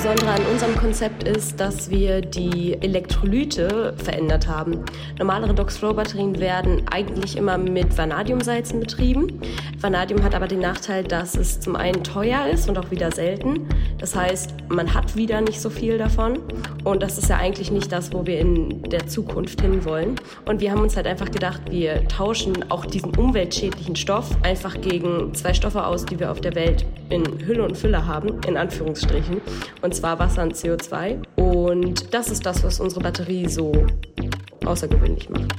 Besondere an unserem Konzept ist, dass wir die Elektrolyte verändert haben. Normale Redox-Flow-Batterien werden eigentlich immer mit Vanadiumsalzen betrieben. Vanadium hat aber den Nachteil, dass es zum einen teuer ist und auch wieder selten. Das heißt, man hat wieder nicht so viel davon. Und das ist ja eigentlich nicht das, wo wir in der Zukunft hinwollen. Und wir haben uns halt einfach gedacht, wir tauschen auch diesen umweltschädlichen Stoff einfach gegen 2 Stoffe aus, die wir auf der Welt in Hülle und Fülle haben, in Anführungsstrichen. Und zwar Wasser und CO2. Und das ist das, was unsere Batterie so außergewöhnlich macht.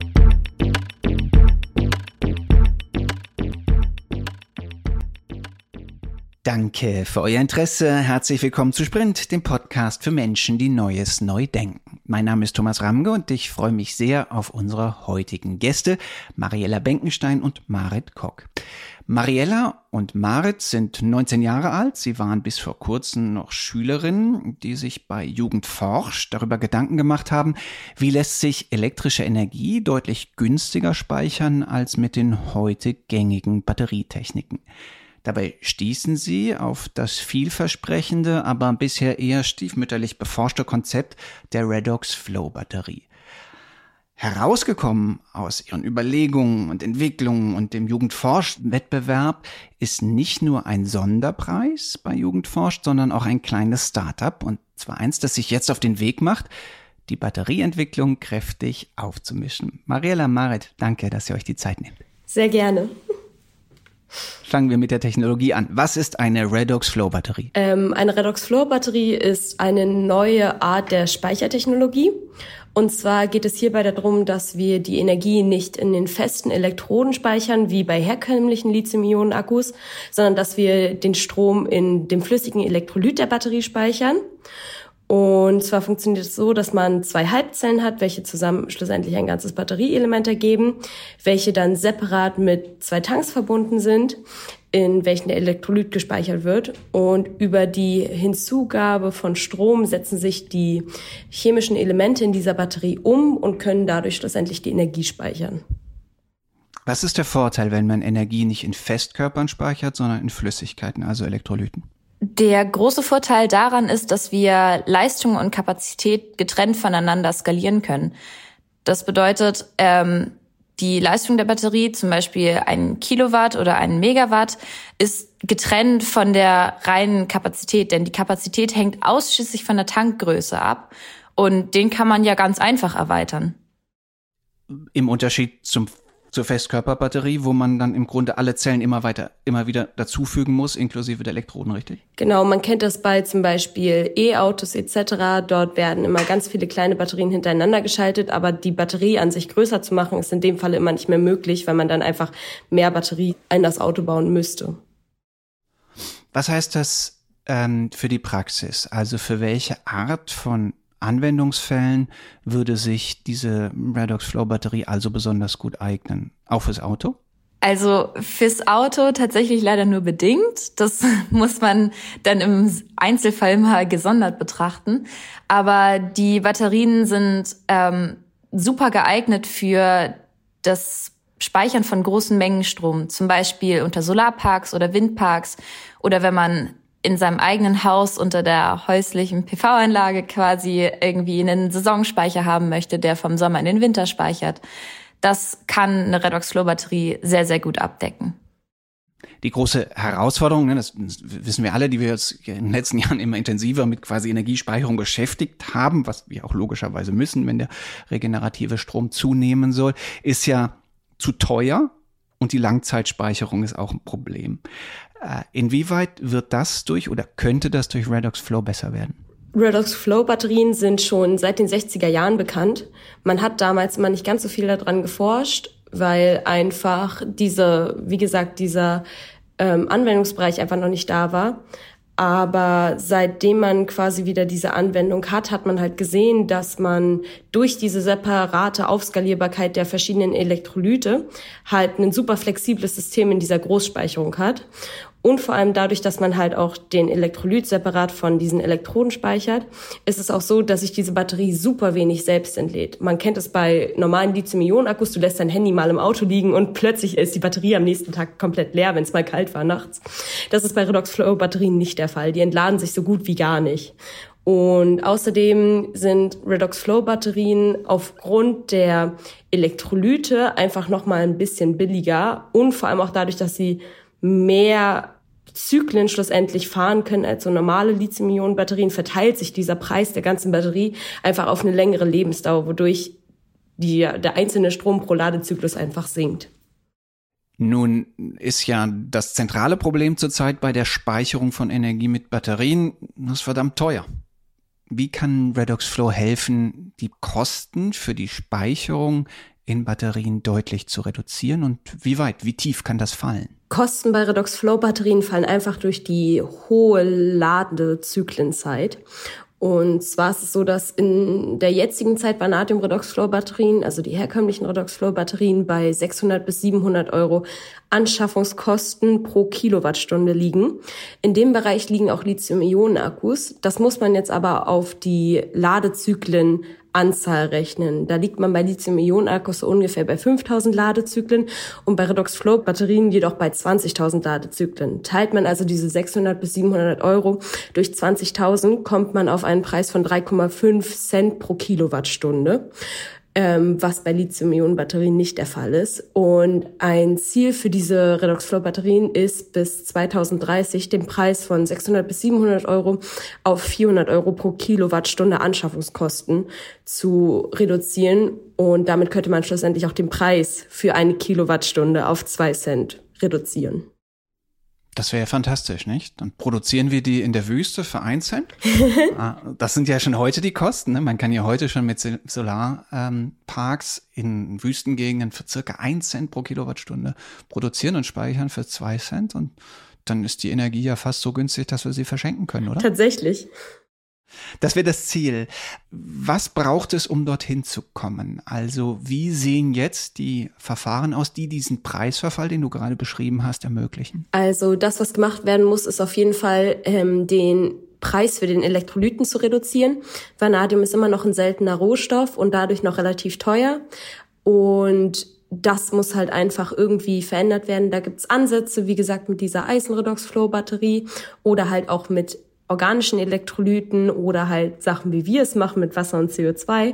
Danke für euer Interesse. Herzlich willkommen zu Sprint, dem Podcast für Menschen, die Neues neu denken. Mein Name ist Thomas Ramge und ich freue mich sehr auf unsere heutigen Gäste, Mariella Benkenstein und Marit Kock. Mariella und Marit sind 19 Jahre alt. Sie waren bis vor kurzem noch Schülerinnen, die sich bei Jugend forscht darüber Gedanken gemacht haben, wie lässt sich elektrische Energie deutlich günstiger speichern als mit den heute gängigen Batterietechniken. Dabei stießen sie auf das vielversprechende, aber bisher eher stiefmütterlich beforschte Konzept der Redox-Flow-Batterie. Herausgekommen aus ihren Überlegungen und Entwicklungen und dem Jugendforscht-Wettbewerb ist nicht nur ein Sonderpreis bei Jugendforscht, sondern auch ein kleines Start-up, und zwar eins, das sich jetzt auf den Weg macht, die Batterieentwicklung kräftig aufzumischen. Mariella, Marit, danke, dass ihr euch die Zeit nehmt. Sehr gerne. Fangen wir mit der Technologie an. Was ist eine Redox-Flow-Batterie? Eine Redox-Flow-Batterie ist eine neue Art der Speichertechnologie. Und zwar geht es hierbei darum, dass wir die Energie nicht in den festen Elektroden speichern, wie bei herkömmlichen Lithium-Ionen-Akkus, sondern dass wir den Strom in dem flüssigen Elektrolyt der Batterie speichern. Und zwar funktioniert es so, dass man 2 Halbzellen hat, welche zusammen schlussendlich ein ganzes Batterieelement ergeben, welche dann separat mit 2 Tanks verbunden sind, in welchen der Elektrolyt gespeichert wird. Und über die Hinzugabe von Strom setzen sich die chemischen Elemente in dieser Batterie um und können dadurch schlussendlich die Energie speichern. Was ist der Vorteil, wenn man Energie nicht in Festkörpern speichert, sondern in Flüssigkeiten, also Elektrolyten? Der große Vorteil daran ist, dass wir Leistung und Kapazität getrennt voneinander skalieren können. Das bedeutet, die Leistung der Batterie, zum Beispiel 1 Kilowatt oder 1 Megawatt, ist getrennt von der reinen Kapazität, denn die Kapazität hängt ausschließlich von der Tankgröße ab und den kann man ja ganz einfach erweitern. Im Unterschied zur Festkörperbatterie, wo man dann im Grunde alle Zellen immer wieder dazufügen muss, inklusive der Elektroden, richtig? Genau, man kennt das bei zum Beispiel E-Autos etc. Dort werden immer ganz viele kleine Batterien hintereinander geschaltet, aber die Batterie an sich größer zu machen, ist in dem Falle immer nicht mehr möglich, weil man dann einfach mehr Batterie in das Auto bauen müsste. Was heißt das für die Praxis? Also für welche Art von Anwendungsfällen würde sich diese Redox-Flow-Batterie also besonders gut eignen? Auch fürs Auto? Also fürs Auto tatsächlich leider nur bedingt. Das muss man dann im Einzelfall mal gesondert betrachten. Aber die Batterien sind super geeignet für das Speichern von großen Mengen Strom. Zum Beispiel unter Solarparks oder Windparks oder wenn man in seinem eigenen Haus unter der häuslichen PV-Anlage quasi irgendwie einen Saisonspeicher haben möchte, der vom Sommer in den Winter speichert. Das kann eine Redox-Flow-Batterie sehr, sehr gut abdecken. Die große Herausforderung, das wissen wir alle, die wir jetzt in den letzten Jahren immer intensiver mit quasi Energiespeicherung beschäftigt haben, was wir auch logischerweise müssen, wenn der regenerative Strom zunehmen soll, ist ja zu teuer und die Langzeitspeicherung ist auch ein Problem. Inwieweit wird das oder könnte das durch Redox-Flow besser werden? Redox-Flow-Batterien sind schon seit den 60er Jahren bekannt. Man hat damals immer nicht ganz so viel daran geforscht, weil einfach dieser Anwendungsbereich einfach noch nicht da war. Aber seitdem man quasi wieder diese Anwendung hat man halt gesehen, dass man durch diese separate Aufskalierbarkeit der verschiedenen Elektrolyte halt ein super flexibles System in dieser Großspeicherung hat. Und vor allem dadurch, dass man halt auch den Elektrolyt separat von diesen Elektroden speichert, ist es auch so, dass sich diese Batterie super wenig selbst entlädt. Man kennt es bei normalen Lithium-Ionen-Akkus, du lässt dein Handy mal im Auto liegen und plötzlich ist die Batterie am nächsten Tag komplett leer, wenn es mal kalt war nachts. Das ist bei Redox-Flow-Batterien nicht der Fall. Die entladen sich so gut wie gar nicht. Und außerdem sind Redox-Flow-Batterien aufgrund der Elektrolyte einfach nochmal ein bisschen billiger und vor allem auch dadurch, dass sie mehr Zyklen schlussendlich fahren können als so normale Lithium-Ionen-Batterien, verteilt sich dieser Preis der ganzen Batterie einfach auf eine längere Lebensdauer, wodurch der einzelne Strom pro Ladezyklus einfach sinkt. Nun ist ja das zentrale Problem zurzeit bei der Speicherung von Energie mit Batterien, das ist verdammt teuer. Wie kann Redox Flow helfen, die Kosten für die Speicherung in Batterien deutlich zu reduzieren und wie tief kann das fallen? Kosten bei Redox Flow Batterien fallen einfach durch die hohe Ladezyklenzeit. Und zwar ist es so, dass in der jetzigen Zeit Vanadium Redox Flow Batterien, also die herkömmlichen Redox Flow Batterien, bei 600 bis 700 € Anschaffungskosten pro Kilowattstunde liegen. In dem Bereich liegen auch Lithium-Ionen-Akkus. Das muss man jetzt aber auf die Ladezyklenanzahl rechnen. Da liegt man bei Lithium-Ionen-Akkus so ungefähr bei 5000 Ladezyklen und bei Redox-Flow-Batterien jedoch bei 20.000 Ladezyklen. Teilt man also diese 600 bis 700 € durch 20.000, kommt man auf einen Preis von 3,5 Cent pro Kilowattstunde. Was bei Lithium-Ionen-Batterien nicht der Fall ist. Und ein Ziel für diese Redox-Flow-Batterien ist, bis 2030 den Preis von 600 bis 700 € auf 400 € pro Kilowattstunde Anschaffungskosten zu reduzieren. Und damit könnte man schlussendlich auch den Preis für eine Kilowattstunde auf 2 Cent reduzieren. Das wäre ja fantastisch, nicht? Dann produzieren wir die in der Wüste für 1 Cent. Das sind ja schon heute die Kosten. Ne? Man kann ja heute schon mit Solarparks in Wüstengegenden für circa 1 Cent pro Kilowattstunde produzieren und speichern für 2 Cent. Und dann ist die Energie ja fast so günstig, dass wir sie verschenken können, oder? Tatsächlich. Das wäre das Ziel. Was braucht es, um dorthin zu kommen? Also wie sehen jetzt die Verfahren aus, die diesen Preisverfall, den du gerade beschrieben hast, ermöglichen? Also das, was gemacht werden muss, ist auf jeden Fall den Preis für den Elektrolyten zu reduzieren. Vanadium ist immer noch ein seltener Rohstoff und dadurch noch relativ teuer. Und das muss halt einfach irgendwie verändert werden. Da gibt's Ansätze, wie gesagt, mit dieser Eisen-Redox-Flow-Batterie oder halt auch mit organischen Elektrolyten oder halt Sachen, wie wir es machen, mit Wasser und CO2.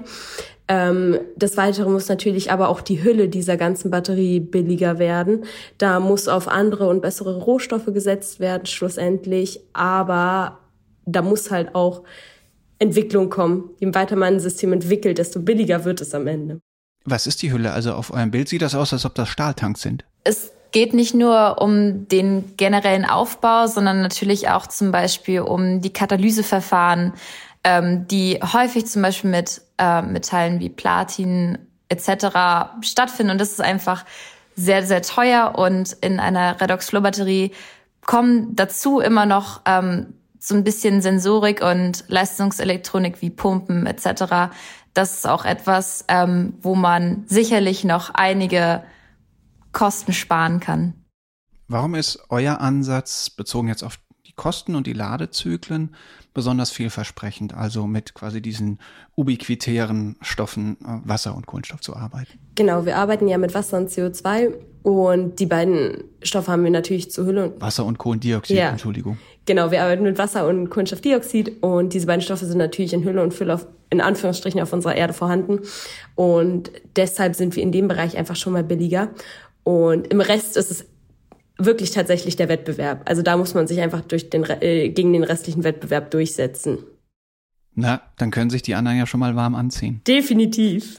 Des Weiteren muss natürlich aber auch die Hülle dieser ganzen Batterie billiger werden. Da muss auf andere und bessere Rohstoffe gesetzt werden, schlussendlich. Aber da muss halt auch Entwicklung kommen. Je weiter man ein System entwickelt, desto billiger wird es am Ende. Was ist die Hülle? Also auf eurem Bild sieht das aus, als ob das Stahltanks sind. Es geht nicht nur um den generellen Aufbau, sondern natürlich auch zum Beispiel um die Katalyseverfahren, die häufig zum Beispiel mit Metallen wie Platin etc. stattfinden. Und das ist einfach sehr, sehr teuer. Und in einer Redox-Flow-Batterie kommen dazu immer noch so ein bisschen Sensorik und Leistungselektronik wie Pumpen etc. Das ist auch etwas, wo man sicherlich noch einige Kosten sparen kann. Warum ist euer Ansatz, bezogen jetzt auf die Kosten und die Ladezyklen, besonders vielversprechend, also mit quasi diesen ubiquitären Stoffen Wasser und Kohlenstoff zu arbeiten? Genau, wir arbeiten ja mit Wasser und CO2 und die beiden Stoffe haben wir natürlich zur Hülle. Wasser und Kohlendioxid, ja. Entschuldigung. Genau, wir arbeiten mit Wasser und Kohlenstoffdioxid und diese beiden Stoffe sind natürlich in Hülle und Fülle in Anführungsstrichen auf unserer Erde vorhanden und deshalb sind wir in dem Bereich einfach schon mal billiger. Und im Rest ist es wirklich tatsächlich der Wettbewerb. Also da muss man sich einfach gegen den restlichen Wettbewerb durchsetzen. Na, dann können sich die anderen ja schon mal warm anziehen. Definitiv.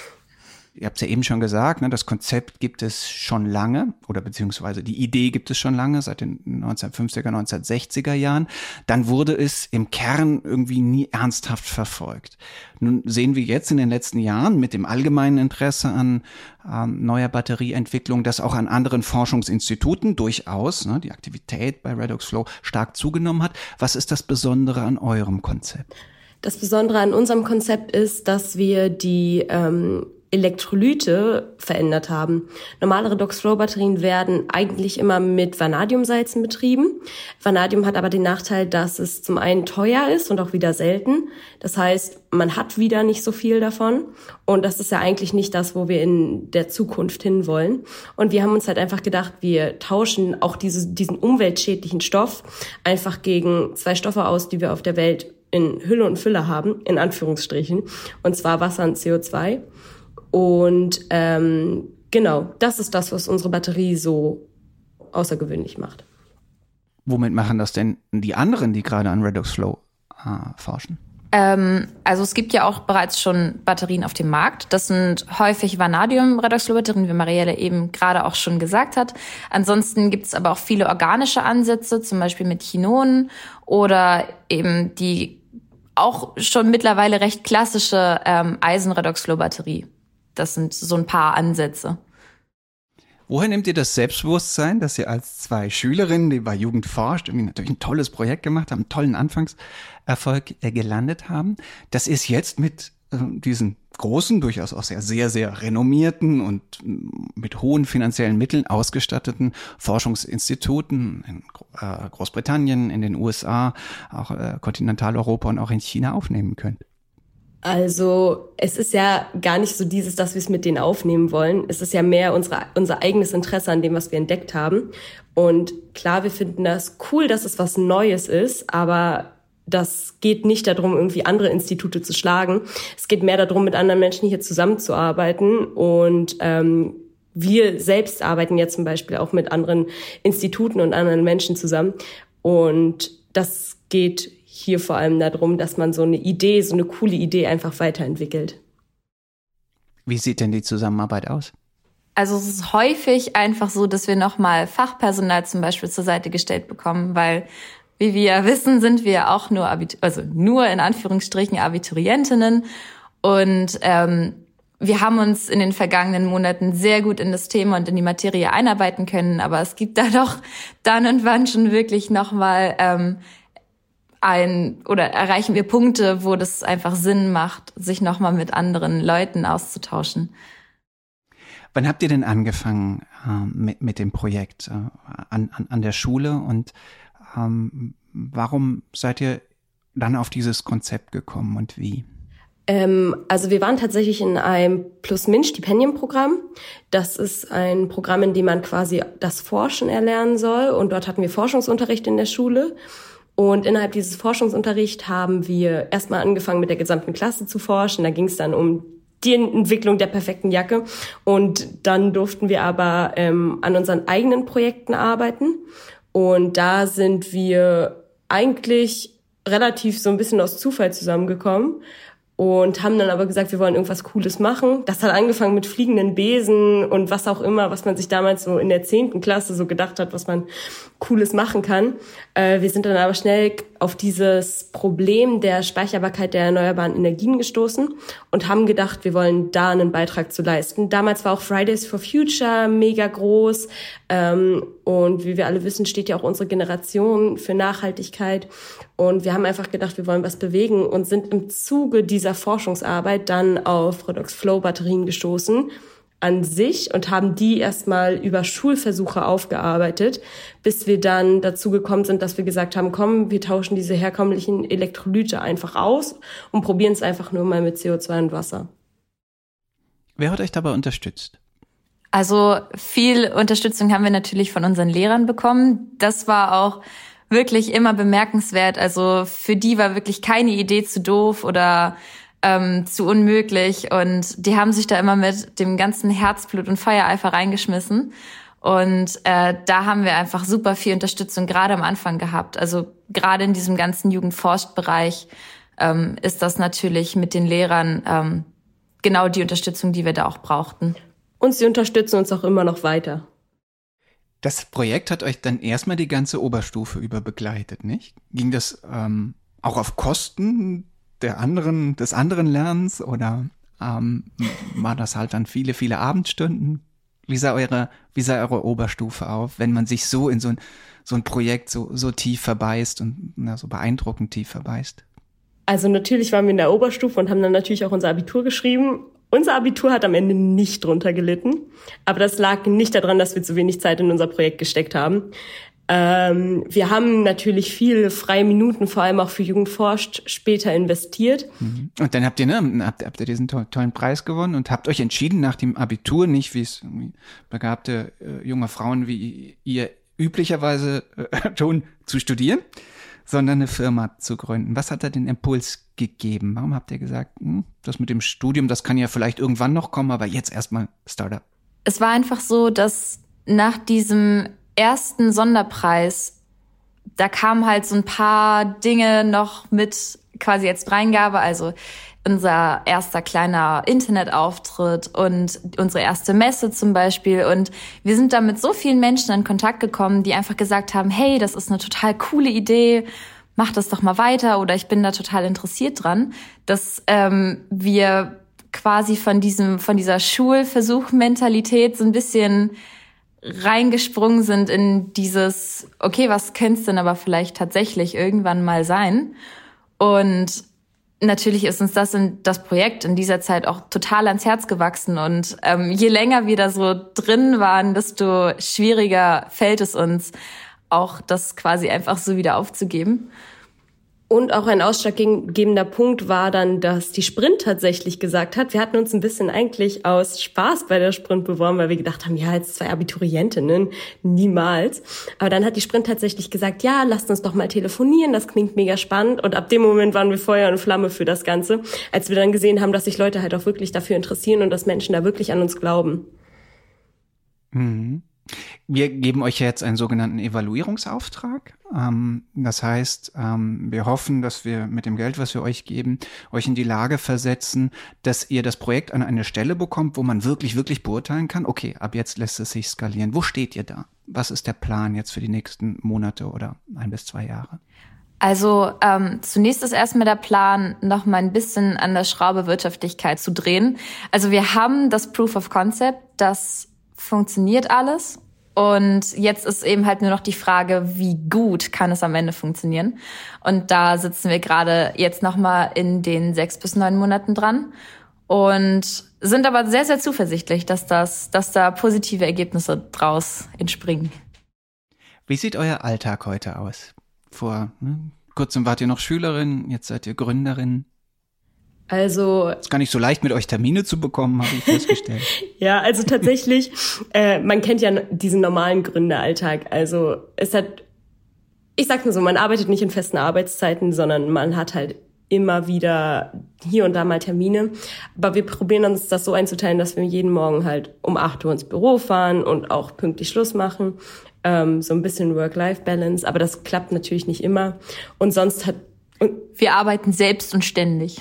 Ihr habt es ja eben schon gesagt, ne, das Konzept gibt es schon lange oder beziehungsweise die Idee gibt es schon lange, seit den 1950er, 1960er Jahren. Dann wurde es im Kern irgendwie nie ernsthaft verfolgt. Nun sehen wir jetzt in den letzten Jahren mit dem allgemeinen Interesse an neuer Batterieentwicklung, dass auch an anderen Forschungsinstituten durchaus die Aktivität bei Redox Flow stark zugenommen hat. Was ist das Besondere an eurem Konzept? Das Besondere an unserem Konzept ist, dass wir die Elektrolyte verändert haben. Normale Redox-Flow-Batterien werden eigentlich immer mit Vanadiumsalzen betrieben. Vanadium hat aber den Nachteil, dass es zum einen teuer ist und auch wieder selten. Das heißt, man hat wieder nicht so viel davon. Und das ist ja eigentlich nicht das, wo wir in der Zukunft hinwollen. Und wir haben uns halt einfach gedacht, wir tauschen auch diesen umweltschädlichen Stoff einfach gegen 2 Stoffe aus, die wir auf der Welt in Hülle und Fülle haben, in Anführungsstrichen. Und zwar Wasser und CO2. Und genau, das ist das, was unsere Batterie so außergewöhnlich macht. Womit machen das denn die anderen, die gerade an Redox Flow forschen? Also es gibt ja auch bereits schon Batterien auf dem Markt. Das sind häufig Vanadium-Redox-Flow-Batterien, wie Marielle eben gerade auch schon gesagt hat. Ansonsten gibt es aber auch viele organische Ansätze, zum Beispiel mit Chinonen oder eben die auch schon mittlerweile recht klassische Eisen-Redox-Flow-Batterie. Das sind so ein paar Ansätze. Woher nehmt ihr das Selbstbewusstsein, dass ihr als 2 Schülerinnen, die bei Jugend forscht, irgendwie natürlich ein tolles Projekt gemacht haben, einen tollen Anfangserfolg gelandet haben, dass ihr es jetzt mit diesen großen, durchaus auch sehr, sehr renommierten und mit hohen finanziellen Mitteln ausgestatteten Forschungsinstituten in Großbritannien, in den USA, auch Kontinentaleuropa und auch in China aufnehmen könnt? Also es ist ja gar nicht so dass wir es mit denen aufnehmen wollen. Es ist ja mehr unser eigenes Interesse an dem, was wir entdeckt haben. Und klar, wir finden das cool, dass es was Neues ist, aber das geht nicht darum, irgendwie andere Institute zu schlagen. Es geht mehr darum, mit anderen Menschen hier zusammenzuarbeiten. Und wir selbst arbeiten ja zum Beispiel auch mit anderen Instituten und anderen Menschen zusammen. Und das geht hier vor allem darum, dass man so eine coole Idee einfach weiterentwickelt. Wie sieht denn die Zusammenarbeit aus? Also es ist häufig einfach so, dass wir nochmal Fachpersonal zum Beispiel zur Seite gestellt bekommen, weil, wie wir ja wissen, sind wir auch nur in Anführungsstrichen Abiturientinnen. Und wir haben uns in den vergangenen Monaten sehr gut in das Thema und in die Materie einarbeiten können, aber es gibt da doch dann und wann schon wirklich nochmal erreichen wir Punkte, wo das einfach Sinn macht, sich nochmal mit anderen Leuten auszutauschen. Wann habt ihr denn angefangen mit dem Projekt an der Schule und warum seid ihr dann auf dieses Konzept gekommen und wie? Also wir waren tatsächlich in einem Plus-Min-Stipendienprogramm. Das ist ein Programm, in dem man quasi das Forschen erlernen soll. Und dort hatten wir Forschungsunterricht in der Schule. Und innerhalb dieses Forschungsunterrichts haben wir erstmal angefangen, mit der gesamten Klasse zu forschen. Da ging es dann um die Entwicklung der perfekten Jacke. Und dann durften wir aber an unseren eigenen Projekten arbeiten. Und da sind wir eigentlich relativ so ein bisschen aus Zufall zusammengekommen. Und haben dann aber gesagt, wir wollen irgendwas Cooles machen. Das hat angefangen mit fliegenden Besen und was auch immer, was man sich damals so in der 10. Klasse so gedacht hat, was man Cooles machen kann. Wir sind dann aber schnell auf dieses Problem der Speicherbarkeit der erneuerbaren Energien gestoßen und haben gedacht, wir wollen da einen Beitrag zu leisten. Damals war auch Fridays for Future mega groß. Und wie wir alle wissen, steht ja auch unsere Generation für Nachhaltigkeit. Und wir haben einfach gedacht, wir wollen was bewegen und sind im Zuge dieser Forschungsarbeit dann auf Redox-Flow-Batterien gestoßen an sich und haben die erstmal über Schulversuche aufgearbeitet, bis wir dann dazu gekommen sind, dass wir gesagt haben, komm, wir tauschen diese herkömmlichen Elektrolyte einfach aus und probieren es einfach nur mal mit CO2 und Wasser. Wer hat euch dabei unterstützt? Also viel Unterstützung haben wir natürlich von unseren Lehrern bekommen. Das war auch wirklich immer bemerkenswert. Also für die war wirklich keine Idee zu doof oder zu unmöglich. Und die haben sich da immer mit dem ganzen Herzblut und Feuereifer reingeschmissen. Und da haben wir einfach super viel Unterstützung gerade am Anfang gehabt. Also gerade in diesem ganzen Jugendforscht-Bereich ist das natürlich mit den Lehrern genau die Unterstützung, die wir da auch brauchten. Und sie unterstützen uns auch immer noch weiter. Das Projekt hat euch dann erstmal die ganze Oberstufe über begleitet, nicht? Ging das auch auf Kosten des anderen Lernens oder war das halt dann viele, viele Abendstunden? Wie sah eure Oberstufe auf, wenn man sich so in so ein Projekt so tief verbeißt und so beeindruckend tief verbeißt? Also natürlich waren wir in der Oberstufe und haben dann natürlich auch unser Abitur geschrieben. Unser Abitur hat am Ende nicht drunter gelitten, aber das lag nicht daran, dass wir zu wenig Zeit in unser Projekt gesteckt haben. Wir haben natürlich viele freie Minuten, vor allem auch für Jugend forscht, später investiert. Und dann habt ihr diesen tollen Preis gewonnen und habt euch entschieden, nach dem Abitur, nicht wie es begabte junge Frauen wie ihr üblicherweise tun, zu studieren, sondern eine Firma zu gründen. Was hat da den Impuls gegeben? Warum habt ihr gesagt, das mit dem Studium, das kann ja vielleicht irgendwann noch kommen, aber jetzt erstmal Startup? Es war einfach so, dass nach diesem ersten Sonderpreis, da kamen halt so ein paar Dinge noch mit quasi als Dreingabe, also unser erster kleiner Internetauftritt und unsere erste Messe zum Beispiel. Und wir sind da mit so vielen Menschen in Kontakt gekommen, die einfach gesagt haben, hey, das ist eine total coole Idee, mach das doch mal weiter oder ich bin da total interessiert dran, dass wir quasi von dieser Schulversuch-Mentalität so ein bisschen reingesprungen sind in dieses, okay, was könnte es denn aber vielleicht tatsächlich irgendwann mal sein? Und natürlich ist uns das Projekt in dieser Zeit auch total ans Herz gewachsen. Und je länger wir da so drin waren, desto schwieriger fällt es uns, auch das quasi einfach so wieder aufzugeben. Und auch ein ausschlaggebender Punkt war dann, dass die Sprint tatsächlich gesagt hat, wir hatten uns ein bisschen eigentlich aus Spaß bei der Sprint beworben, weil wir gedacht haben, ja, jetzt 2 Abiturientinnen, niemals. Aber dann hat die Sprint tatsächlich gesagt, ja, lasst uns doch mal telefonieren, das klingt mega spannend. Und ab dem Moment waren wir Feuer und Flamme für das Ganze, als wir dann gesehen haben, dass sich Leute halt auch wirklich dafür interessieren und dass Menschen da wirklich an uns glauben. Mhm. Wir geben euch jetzt einen sogenannten Evaluierungsauftrag. Das heißt, wir hoffen, dass wir mit dem Geld, was wir euch geben, euch in die Lage versetzen, dass ihr das Projekt an eine Stelle bekommt, wo man wirklich, wirklich beurteilen kann, okay, ab jetzt lässt es sich skalieren. Wo steht ihr da? Was ist der Plan jetzt für die nächsten Monate oder 1 bis 2 Jahre? Also zunächst ist erstmal der Plan, noch mal ein bisschen an der Schraube Wirtschaftlichkeit zu drehen. Also wir haben das Proof of Concept, das funktioniert alles. Und jetzt ist eben halt nur noch die Frage, wie gut kann es am Ende funktionieren. Und da sitzen wir gerade jetzt noch mal in den 6 bis 9 Monaten dran und sind aber sehr, sehr zuversichtlich, dass da positive Ergebnisse draus entspringen. Wie sieht euer Alltag heute aus? Vor kurzem wart ihr noch Schülerin, jetzt seid ihr Gründerin. Also ist gar nicht so leicht, mit euch Termine zu bekommen, habe ich festgestellt. Ja, also tatsächlich, man kennt ja diesen normalen Gründeralltag. Also ich sag nur so, man arbeitet nicht in festen Arbeitszeiten, sondern man hat halt immer wieder hier und da mal Termine. Aber wir probieren uns das so einzuteilen, dass wir jeden Morgen halt um 8 Uhr ins Büro fahren und auch pünktlich Schluss machen. So ein bisschen Work-Life-Balance, aber das klappt natürlich nicht immer. Und sonst wir arbeiten selbst und ständig.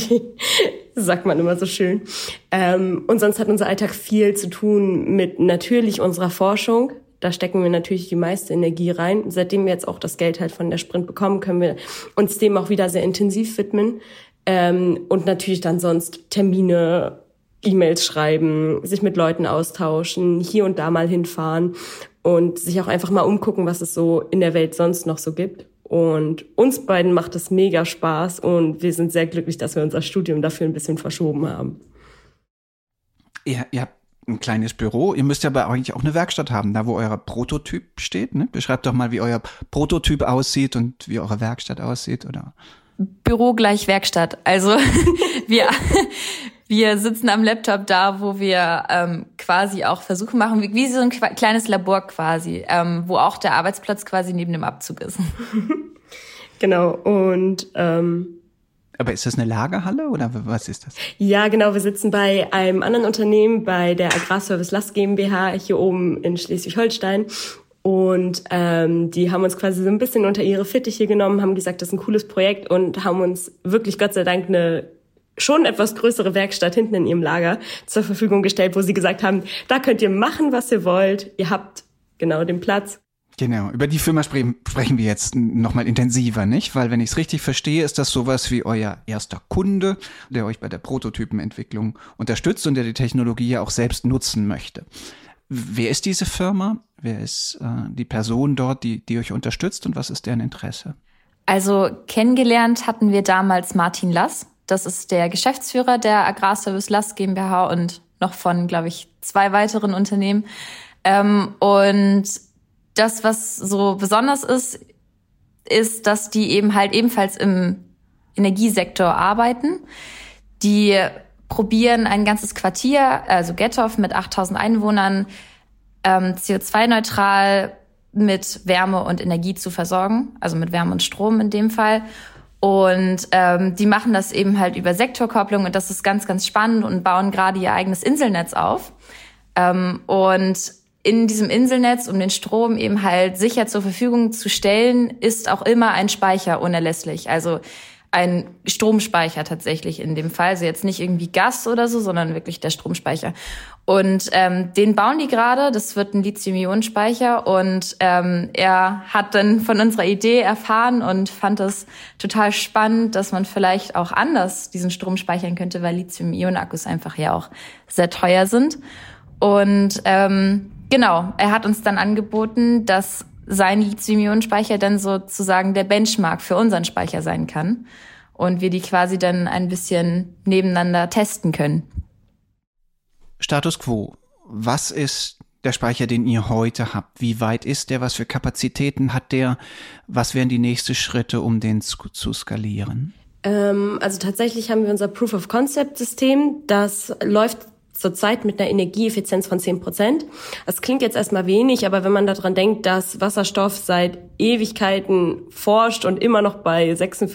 Sagt man immer so schön. Und sonst hat unser Alltag viel zu tun mit natürlich unserer Forschung. Da stecken wir natürlich die meiste Energie rein. Seitdem wir jetzt auch das Geld halt von der Sprint bekommen, können wir uns dem auch wieder sehr intensiv widmen. Und natürlich dann sonst Termine, E-Mails schreiben, sich mit Leuten austauschen, hier und da mal hinfahren und sich auch einfach mal umgucken, was es so in der Welt sonst noch so gibt. Und uns beiden macht es mega Spaß und wir sind sehr glücklich, dass wir unser Studium dafür ein bisschen verschoben haben. Ihr habt ein kleines Büro, ihr müsst ja aber eigentlich auch eine Werkstatt haben, da wo euer Prototyp steht, ne? Beschreibt doch mal, wie euer Prototyp aussieht und wie eure Werkstatt aussieht, oder? Büro gleich Werkstatt. Also wir sitzen am Laptop da, wo wir quasi auch Versuche machen, wie so ein kleines Labor quasi, wo auch der Arbeitsplatz quasi neben dem Abzug ist. Genau, und aber ist das eine Lagerhalle oder was ist das? Ja, genau, wir sitzen bei einem anderen Unternehmen, bei der Agrarservice Last GmbH hier oben in Schleswig-Holstein. Und die haben uns quasi so ein bisschen unter ihre Fittiche genommen, haben gesagt, das ist ein cooles Projekt und haben uns wirklich Gott sei Dank eine schon etwas größere Werkstatt hinten in ihrem Lager zur Verfügung gestellt, wo sie gesagt haben, da könnt ihr machen, was ihr wollt. Ihr habt genau den Platz. Genau, über die Firma sprechen wir jetzt nochmal intensiver, nicht? Weil, wenn ich es richtig verstehe, ist das sowas wie euer erster Kunde, der euch bei der Prototypenentwicklung unterstützt und der die Technologie ja auch selbst nutzen möchte. Wer ist diese Firma? Wer ist die Person dort, die euch unterstützt und was ist deren Interesse? Also kennengelernt hatten wir damals Martin Lass. Das ist der Geschäftsführer der Agrarservice Last GmbH und noch von, glaube ich, 2 weiteren Unternehmen. Und das, was so besonders ist, dass die eben halt ebenfalls im Energiesektor arbeiten. Die probieren ein ganzes Quartier, also Gettorf mit 8000 Einwohnern, CO2-neutral mit Wärme und Energie zu versorgen, also mit Wärme und Strom in dem Fall. Und die machen das eben halt über Sektorkopplung und das ist ganz, ganz spannend und bauen gerade ihr eigenes Inselnetz auf. Und in diesem Inselnetz, um den Strom eben halt sicher zur Verfügung zu stellen, ist auch immer ein Speicher unerlässlich. Also ein Stromspeicher tatsächlich in dem Fall. Also jetzt nicht irgendwie Gas oder so, sondern wirklich der Stromspeicher. Und den bauen die gerade. Das wird ein Lithium-Ionen-Speicher. Und er hat dann von unserer Idee erfahren und fand es total spannend, dass man vielleicht auch anders diesen Strom speichern könnte, weil Lithium-Ionen-Akkus einfach ja auch sehr teuer sind. Und genau, er hat uns dann angeboten, dass sein Lithium-Ionen-Speicher dann sozusagen der Benchmark für unseren Speicher sein kann und wir die quasi dann ein bisschen nebeneinander testen können. Status quo. Was ist der Speicher, den ihr heute habt? Wie weit ist der? Was für Kapazitäten hat der? Was wären die nächsten Schritte, um den zu skalieren? Also tatsächlich haben wir unser Proof-of-Concept-System. Das läuft zurzeit mit einer Energieeffizienz von 10%. Das klingt jetzt erstmal wenig, aber wenn man daran denkt, dass Wasserstoff seit Ewigkeiten forscht und immer noch bei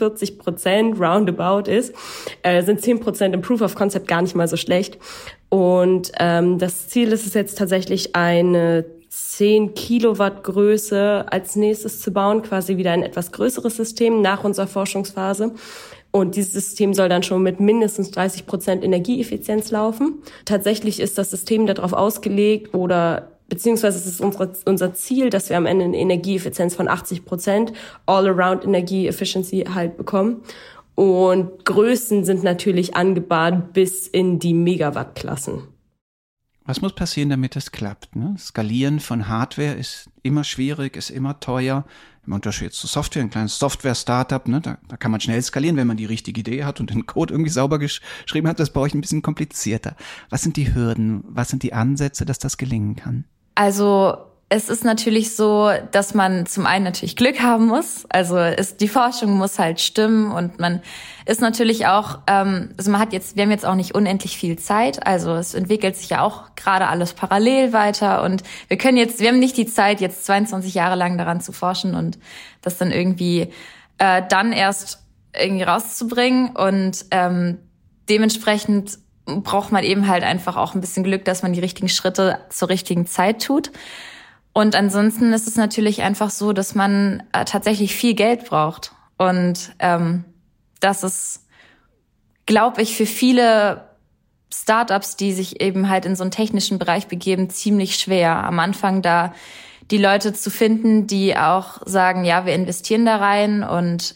46% roundabout ist, sind 10% im Proof of Concept gar nicht mal so schlecht. Und das Ziel ist es jetzt tatsächlich, eine 10 Kilowatt Größe als nächstes zu bauen, quasi wieder ein etwas größeres System nach unserer Forschungsphase. Und dieses System soll dann schon mit mindestens 30% Energieeffizienz laufen. Tatsächlich ist das System darauf ausgelegt beziehungsweise es ist unser Ziel, dass wir am Ende eine Energieeffizienz von 80%, All-Around Energy Efficiency halt bekommen. Und Größen sind natürlich angebahnt bis in die Megawatt-Klassen. Was muss passieren, damit es klappt? Ne? Skalieren von Hardware ist immer schwierig, ist immer teuer. Im Unterschied zu Software, ein kleines Software-Startup, ne? Da kann man schnell skalieren, wenn man die richtige Idee hat und den Code irgendwie sauber geschrieben hat. Das ist bei euch ein bisschen komplizierter. Was sind die Hürden? Was sind die Ansätze, dass das gelingen kann? Also es ist natürlich so, dass man zum einen natürlich Glück haben muss. Also die Forschung muss halt stimmen und man ist natürlich auch, wir haben jetzt auch nicht unendlich viel Zeit. Also es entwickelt sich ja auch gerade alles parallel weiter und wir haben nicht die Zeit, jetzt 22 Jahre lang daran zu forschen und das dann irgendwie dann erst irgendwie rauszubringen und dementsprechend braucht man eben halt einfach auch ein bisschen Glück, dass man die richtigen Schritte zur richtigen Zeit tut. Und ansonsten ist es natürlich einfach so, dass man tatsächlich viel Geld braucht. Und das ist, glaube ich, für viele Startups, die sich eben halt in so einen technischen Bereich begeben, ziemlich schwer. Am Anfang da die Leute zu finden, die auch sagen, ja, wir investieren da rein und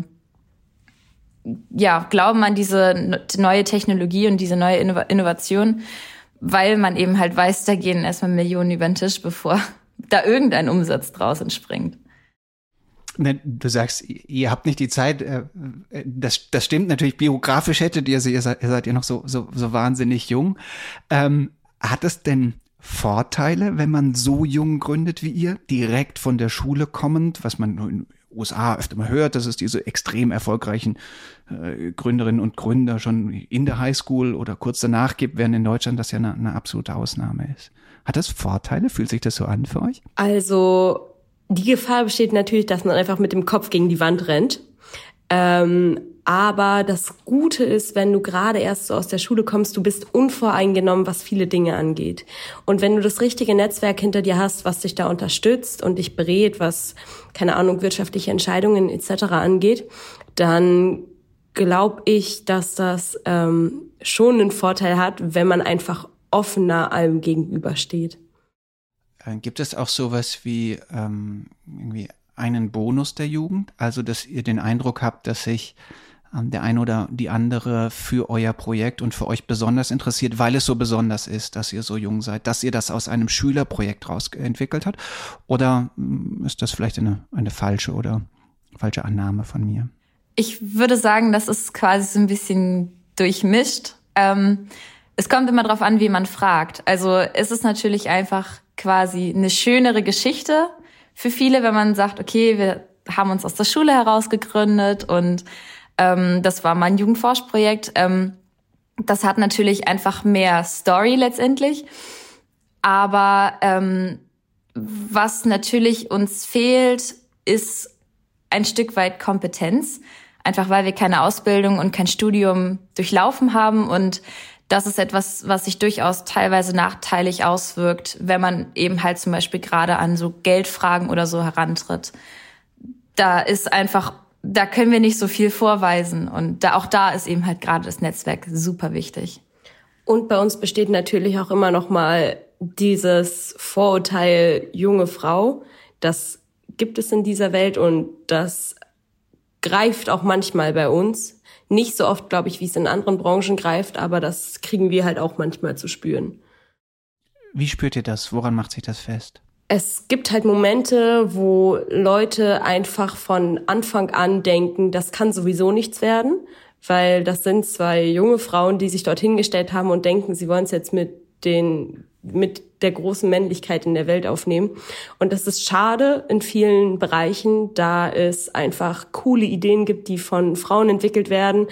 glauben an diese neue Technologie und diese neue Innovation, weil man eben halt weiß, da gehen erstmal Millionen über den Tisch, bevor da irgendein Umsatz draus entspringt. Du sagst, ihr habt nicht die Zeit, das stimmt natürlich, biografisch hättet ihr seid ja noch so wahnsinnig jung. Hat es denn Vorteile, wenn man so jung gründet wie ihr, direkt von der Schule kommend, was man nur in den USA öfter mal hört, dass es diese extrem erfolgreichen Gründerinnen und Gründer schon in der Highschool oder kurz danach gibt, während in Deutschland das ja eine absolute Ausnahme ist. Hat das Vorteile? Fühlt sich das so an für euch? Also die Gefahr besteht natürlich, dass man einfach mit dem Kopf gegen die Wand rennt. Aber das Gute ist, wenn du gerade erst so aus der Schule kommst, du bist unvoreingenommen, was viele Dinge angeht. Und wenn du das richtige Netzwerk hinter dir hast, was dich da unterstützt und dich berät, was, keine Ahnung, wirtschaftliche Entscheidungen etc. angeht, dann glaube ich, dass das schon einen Vorteil hat, wenn man einfach offener allem gegenübersteht. Gibt es auch sowas wie irgendwie einen Bonus der Jugend? Also, dass ihr den Eindruck habt, dass sich der eine oder die andere für euer Projekt und für euch besonders interessiert, weil es so besonders ist, dass ihr so jung seid, dass ihr das aus einem Schülerprojekt raus entwickelt habt? Oder ist das vielleicht eine falsche Annahme von mir? Ich würde sagen, das ist quasi so ein bisschen durchmischt. Es kommt immer darauf an, wie man fragt. Also es ist natürlich einfach quasi eine schönere Geschichte für viele, wenn man sagt, okay, wir haben uns aus der Schule heraus gegründet und das war mein Jugendforschprojekt. Das hat natürlich einfach mehr Story letztendlich. Aber was natürlich uns fehlt, ist ein Stück weit Kompetenz. Einfach weil wir keine Ausbildung und kein Studium durchlaufen haben. Und das ist etwas, was sich durchaus teilweise nachteilig auswirkt, wenn man eben halt zum Beispiel gerade an so Geldfragen oder so herantritt. Da können wir nicht so viel vorweisen. Und auch da ist eben halt gerade das Netzwerk super wichtig. Und bei uns besteht natürlich auch immer noch mal dieses Vorurteil junge Frau. Das gibt es in dieser Welt und das greift auch manchmal bei uns. Nicht so oft, glaube ich, wie es in anderen Branchen greift, aber das kriegen wir halt auch manchmal zu spüren. Wie spürt ihr das? Woran macht sich das fest? Es gibt halt Momente, wo Leute einfach von Anfang an denken, das kann sowieso nichts werden, weil das sind zwei junge Frauen, die sich dorthin gestellt haben und denken, sie wollen es jetzt mit der großen Männlichkeit in der Welt aufnehmen. Und das ist schade in vielen Bereichen, da es einfach coole Ideen gibt, die von Frauen entwickelt werden,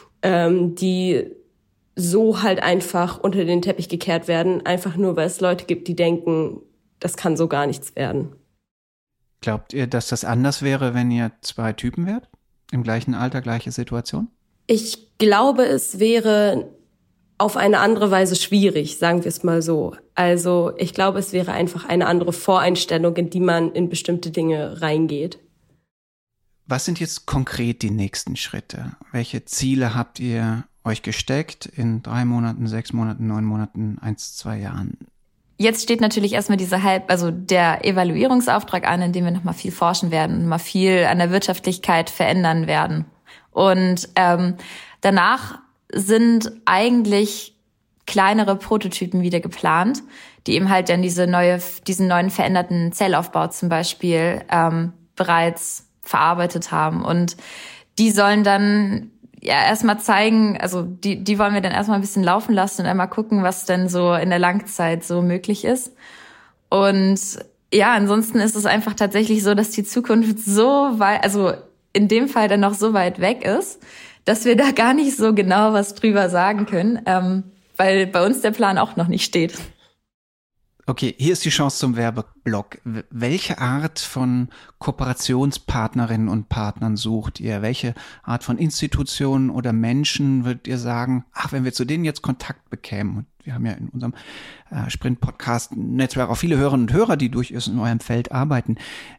die so halt einfach unter den Teppich gekehrt werden, einfach nur, weil es Leute gibt, die denken, das kann so gar nichts werden. Glaubt ihr, dass das anders wäre, wenn ihr zwei Typen wärt? Im gleichen Alter, gleiche Situation? Ich glaube, es wäre auf eine andere Weise schwierig, sagen wir es mal so. Also ich glaube, es wäre einfach eine andere Voreinstellung, in die man in bestimmte Dinge reingeht. Was sind jetzt konkret die nächsten Schritte? Welche Ziele habt ihr euch gesteckt in 3 Monaten, 6 Monaten, 9 Monaten, 1, 2 Jahren? Jetzt steht natürlich erstmal der Evaluierungsauftrag an, in dem wir nochmal viel forschen werden, nochmal viel an der Wirtschaftlichkeit verändern werden. Und danach sind eigentlich kleinere Prototypen wieder geplant, die eben halt dann diesen neuen veränderten Zellaufbau zum Beispiel bereits verarbeitet haben. Und die sollen dann ja erstmal zeigen, also die wollen wir dann erstmal ein bisschen laufen lassen und einmal gucken, was denn so in der Langzeit so möglich ist. Und ja, ansonsten ist es einfach tatsächlich so, dass die Zukunft so weit, also in dem Fall dann noch so weit weg ist, dass wir da gar nicht so genau was drüber sagen können, weil bei uns der Plan auch noch nicht steht. Okay, hier ist die Chance zum Werbeblock. Welche Art von Kooperationspartnerinnen und Partnern sucht ihr? Welche Art von Institutionen oder Menschen würdet ihr sagen, wenn wir zu denen jetzt Kontakt bekämen? Und wir haben ja in unserem Sprint-Podcast-Netzwerk auch viele Hörerinnen und Hörer, die durchaus in eurem Feld arbeiten.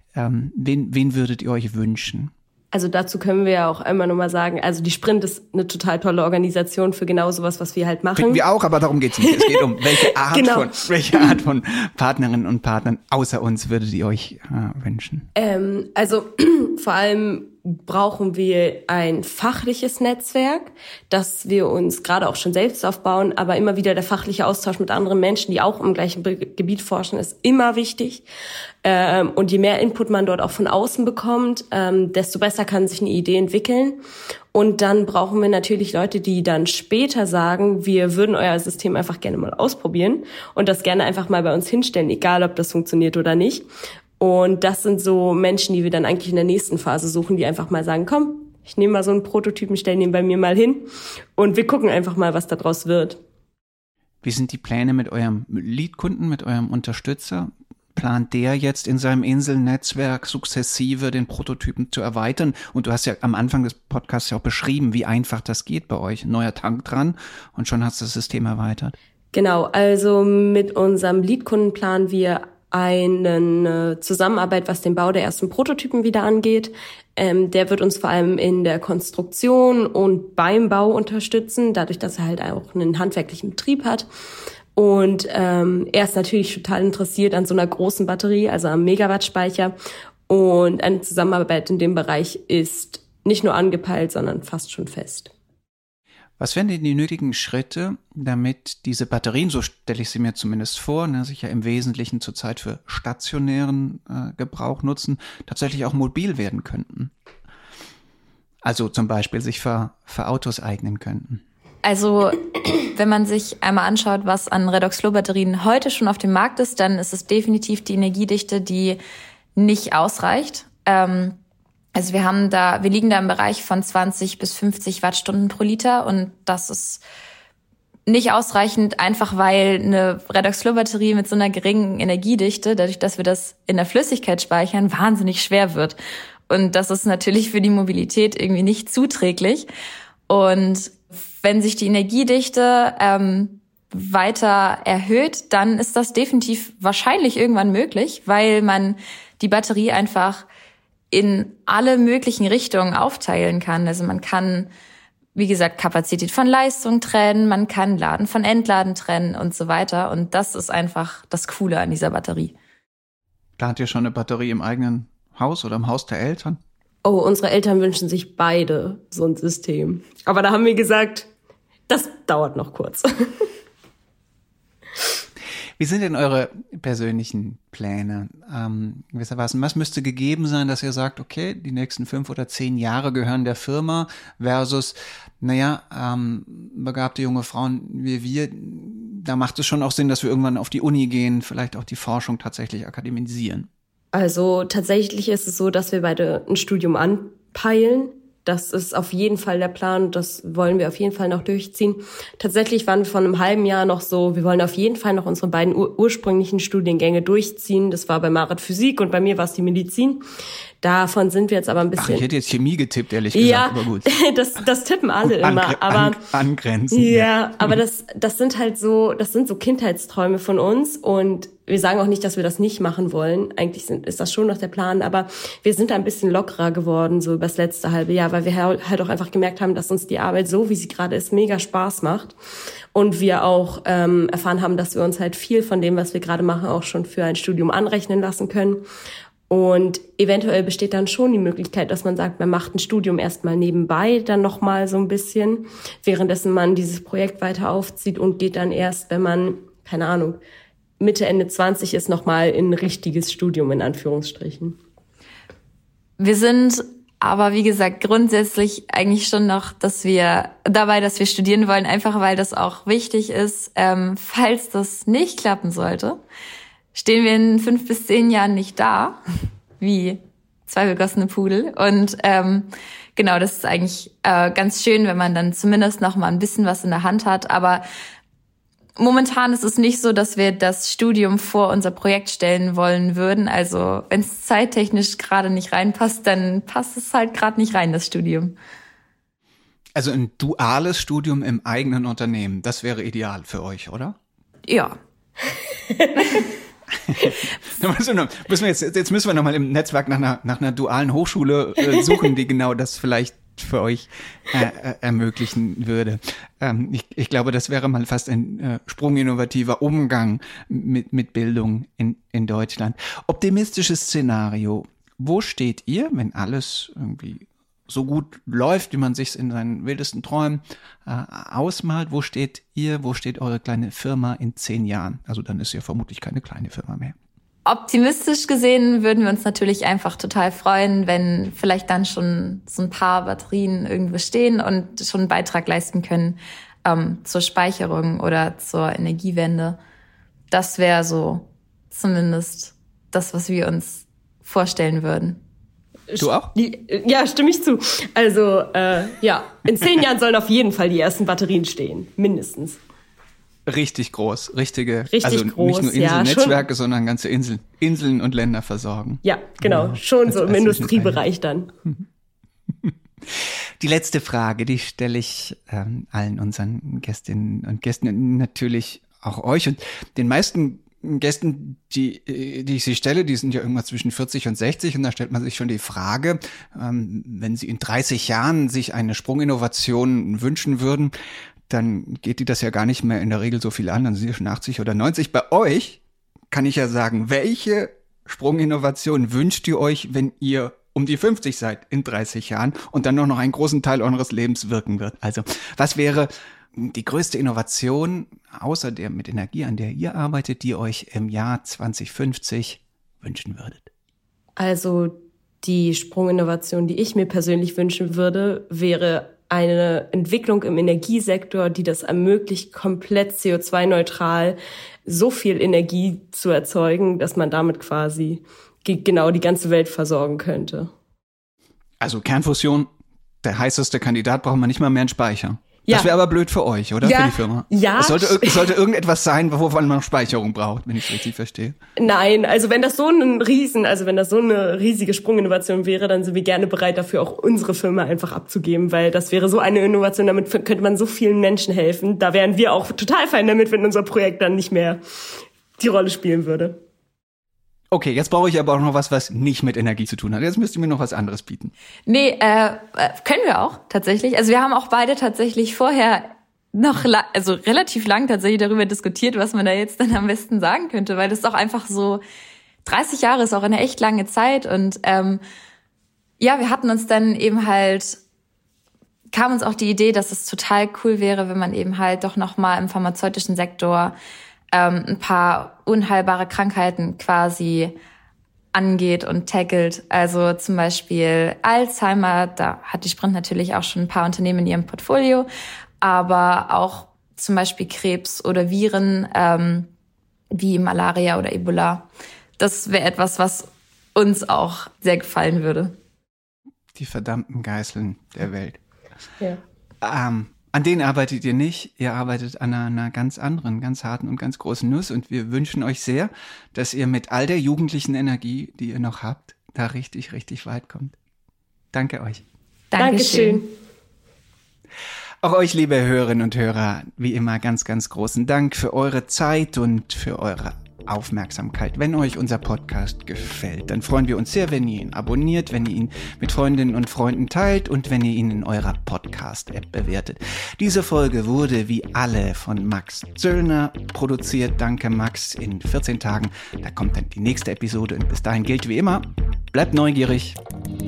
Wen würdet ihr euch wünschen? Also dazu können wir ja auch einmal nochmal sagen, also die Sprint ist eine total tolle Organisation für genau sowas, was wir halt machen. Finden wir auch, aber darum geht's nicht. Es geht um welche Art von Partnerinnen und Partnern außer uns würdet ihr euch wünschen? Also vor allem brauchen wir ein fachliches Netzwerk, das wir uns gerade auch schon selbst aufbauen, aber immer wieder der fachliche Austausch mit anderen Menschen, die auch im gleichen Gebiet forschen, ist immer wichtig. Und je mehr Input man dort auch von außen bekommt, desto besser kann sich eine Idee entwickeln. Und dann brauchen wir natürlich Leute, die dann später sagen, wir würden euer System einfach gerne mal ausprobieren und das gerne einfach mal bei uns hinstellen, egal ob das funktioniert oder nicht. Und das sind so Menschen, die wir dann eigentlich in der nächsten Phase suchen, die einfach mal sagen, komm, ich nehme mal so einen Prototypen, stelle den bei mir mal hin und wir gucken einfach mal, was da draus wird. Wie sind die Pläne mit eurem Lead-Kunden, mit eurem Unterstützer? Plant der jetzt in seinem Inselnetzwerk sukzessive den Prototypen zu erweitern? Und du hast ja am Anfang des Podcasts ja auch beschrieben, wie einfach das geht bei euch. Ein neuer Tank dran und schon hast du das System erweitert. Genau, also mit unserem Lead-Kunden planen wir eine Zusammenarbeit, was den Bau der ersten Prototypen wieder angeht. Der wird uns vor allem in der Konstruktion und beim Bau unterstützen, dadurch, dass er halt auch einen handwerklichen Betrieb hat. Und er ist natürlich total interessiert an so einer großen Batterie, also am Megawatt-Speicher. Und eine Zusammenarbeit in dem Bereich ist nicht nur angepeilt, sondern fast schon fest. Was wären denn die nötigen Schritte, damit diese Batterien, so stelle ich sie mir zumindest vor, sich ja im Wesentlichen zurzeit für stationären Gebrauch nutzen, tatsächlich auch mobil werden könnten? Also zum Beispiel sich für Autos eignen könnten. Also wenn man sich einmal anschaut, was an Redox-Flow-Batterien heute schon auf dem Markt ist, dann ist es definitiv die Energiedichte, die nicht ausreicht. Also wir liegen da im Bereich von 20 bis 50 Wattstunden pro Liter und das ist nicht ausreichend, einfach weil eine Redox-Flow-Batterie mit so einer geringen Energiedichte, dadurch, dass wir das in der Flüssigkeit speichern, wahnsinnig schwer wird. Und das ist natürlich für die Mobilität irgendwie nicht zuträglich. Und wenn sich die Energiedichte weiter erhöht, dann ist das definitiv wahrscheinlich irgendwann möglich, weil man die Batterie einfach in alle möglichen Richtungen aufteilen kann. Also man kann, wie gesagt, Kapazität von Leistung trennen, man kann Laden von Entladen trennen und so weiter. Und das ist einfach das Coole an dieser Batterie. Plant ihr schon eine Batterie im eigenen Haus oder im Haus der Eltern? Oh, unsere Eltern wünschen sich beide so ein System. Aber da haben wir gesagt, das dauert noch kurz. Wie sind denn eure persönlichen Pläne? Was müsste gegeben sein, dass ihr sagt, okay, die nächsten 5 oder 10 Jahre gehören der Firma versus, begabte junge Frauen wie wir, da macht es schon auch Sinn, dass wir irgendwann auf die Uni gehen, vielleicht auch die Forschung tatsächlich akademisieren. Also tatsächlich ist es so, dass wir beide ein Studium anpeilen. Das ist auf jeden Fall der Plan, das wollen wir auf jeden Fall noch durchziehen. Tatsächlich waren wir vor einem halben Jahr noch so, wir wollen auf jeden Fall noch unsere beiden ursprünglichen Studiengänge durchziehen. Das war bei Marit Physik und bei mir war es die Medizin. Davon sind wir jetzt aber ein bisschen... Ach, ich hätte jetzt Chemie getippt, ehrlich gesagt, ja, aber gut. Das tippen alle immer. Aber angrenzen. Ja, aber das sind halt so, das sind so Kindheitsträume von uns und wir sagen auch nicht, dass wir das nicht machen wollen. Eigentlich ist das schon noch der Plan, aber wir sind ein bisschen lockerer geworden, so übers letzte halbe Jahr, weil wir halt auch einfach gemerkt haben, dass uns die Arbeit so, wie sie gerade ist, mega Spaß macht. Und wir auch erfahren haben, dass wir uns halt viel von dem, was wir gerade machen, auch schon für ein Studium anrechnen lassen können. Und eventuell besteht dann schon die Möglichkeit, dass man sagt, man macht ein Studium erstmal nebenbei, dann nochmal so ein bisschen, währenddessen man dieses Projekt weiter aufzieht und geht dann erst, wenn man, keine Ahnung, Mitte, Ende 20 ist, nochmal in ein richtiges Studium, in Anführungsstrichen. Wir sind aber, wie gesagt, grundsätzlich eigentlich schon noch, dass wir studieren wollen, einfach weil das auch wichtig ist, falls das nicht klappen sollte. Stehen wir in 5 bis 10 Jahren nicht da, wie 2 begossene Pudel. Und genau, das ist eigentlich ganz schön, wenn man dann zumindest noch mal ein bisschen was in der Hand hat. Aber momentan ist es nicht so, dass wir das Studium vor unser Projekt stellen wollen würden. Also wenn es zeittechnisch gerade nicht reinpasst, dann passt es halt gerade nicht rein, das Studium. Also ein duales Studium im eigenen Unternehmen, das wäre ideal für euch, oder? Ja. Jetzt müssen wir nochmal im Netzwerk nach einer dualen Hochschule suchen, die genau das vielleicht für euch ermöglichen würde. Ich glaube, das wäre mal fast ein sprunginnovativer Umgang mit Bildung in Deutschland. Optimistisches Szenario. Wo steht ihr, wenn alles irgendwie so gut läuft, wie man sich in seinen wildesten Träumen ausmalt? Wo steht ihr, wo steht eure kleine Firma in 10 Jahren? Also dann ist ja vermutlich keine kleine Firma mehr. Optimistisch gesehen würden wir uns natürlich einfach total freuen, wenn vielleicht dann schon so ein paar Batterien irgendwo stehen und schon einen Beitrag leisten können zur Speicherung oder zur Energiewende. Das wäre so zumindest das, was wir uns vorstellen würden. Du auch? Ja, stimme ich zu. Also, in 10 Jahren sollen auf jeden Fall die ersten Batterien stehen. Mindestens. Richtig groß, Richtig also groß, nicht nur Inselnetzwerke, sondern ganze Inseln und Länder versorgen. Ja, genau, ja, schon so im Industriebereich dann. Die letzte Frage, die stelle ich allen unseren Gästinnen und Gästen, natürlich auch euch und den meisten Gästen, die ich sie stelle, die sind ja irgendwas zwischen 40 und 60 und da stellt man sich schon die Frage, wenn sie in 30 Jahren sich eine Sprunginnovation wünschen würden, dann geht die das ja gar nicht mehr in der Regel so viel an, dann sind sie schon 80 oder 90. Bei euch kann ich ja sagen, welche Sprunginnovation wünscht ihr euch, wenn ihr um die 50 seid in 30 Jahren und dann noch einen großen Teil eures Lebens wirken wird? Also, was wäre die größte Innovation, außer der mit Energie, an der ihr arbeitet, die ihr euch im Jahr 2050 wünschen würdet? Also Die Sprunginnovation, die ich mir persönlich wünschen würde, wäre eine Entwicklung im Energiesektor, die das ermöglicht, komplett CO2-neutral so viel Energie zu erzeugen, dass man damit quasi genau die ganze Welt versorgen könnte. Also Kernfusion, der heißeste Kandidat, braucht man nicht mal mehr einen Speicher. Ja. Das wäre aber blöd für euch, oder? Ja. Für die Firma. Ja. Es sollte irgendetwas sein, wovon man Speicherung braucht, wenn ich es richtig verstehe. Nein, also wenn das so eine riesige Sprunginnovation wäre, dann sind wir gerne bereit, dafür auch unsere Firma einfach abzugeben, weil das wäre so eine Innovation, damit könnte man so vielen Menschen helfen. Da wären wir auch total fein damit, wenn unser Projekt dann nicht mehr die Rolle spielen würde. Okay, jetzt brauche ich aber auch noch was nicht mit Energie zu tun hat. Jetzt müsst ihr mir noch was anderes bieten. Nee, können wir auch tatsächlich. Also wir haben auch beide tatsächlich vorher noch relativ lang tatsächlich darüber diskutiert, was man da jetzt dann am besten sagen könnte, weil das ist auch einfach so, 30 Jahre ist auch eine echt lange Zeit und wir hatten uns dann eben kam uns auch die Idee, dass es total cool wäre, wenn man eben halt doch nochmal im pharmazeutischen Sektor ein paar unheilbare Krankheiten quasi angeht und tackelt. Also zum Beispiel Alzheimer, da hat die Sprint natürlich auch schon ein paar Unternehmen in ihrem Portfolio, aber auch zum Beispiel Krebs oder Viren wie Malaria oder Ebola. Das wäre etwas, was uns auch sehr gefallen würde. Die verdammten Geißeln der Welt. Ja. An denen arbeitet ihr nicht, ihr arbeitet an einer ganz anderen, ganz harten und ganz großen Nuss und wir wünschen euch sehr, dass ihr mit all der jugendlichen Energie, die ihr noch habt, da richtig, richtig weit kommt. Danke euch. Dankeschön. Auch euch, liebe Hörerinnen und Hörer, wie immer ganz, ganz großen Dank für eure Zeit und für eure Aufmerksamkeit. Wenn euch unser Podcast gefällt, dann freuen wir uns sehr, wenn ihr ihn abonniert, wenn ihr ihn mit Freundinnen und Freunden teilt und wenn ihr ihn in eurer Podcast-App bewertet. Diese Folge wurde wie alle von Max Zöllner produziert. Danke, Max. In 14 Tagen, da kommt dann die nächste Episode und bis dahin gilt wie immer, bleibt neugierig.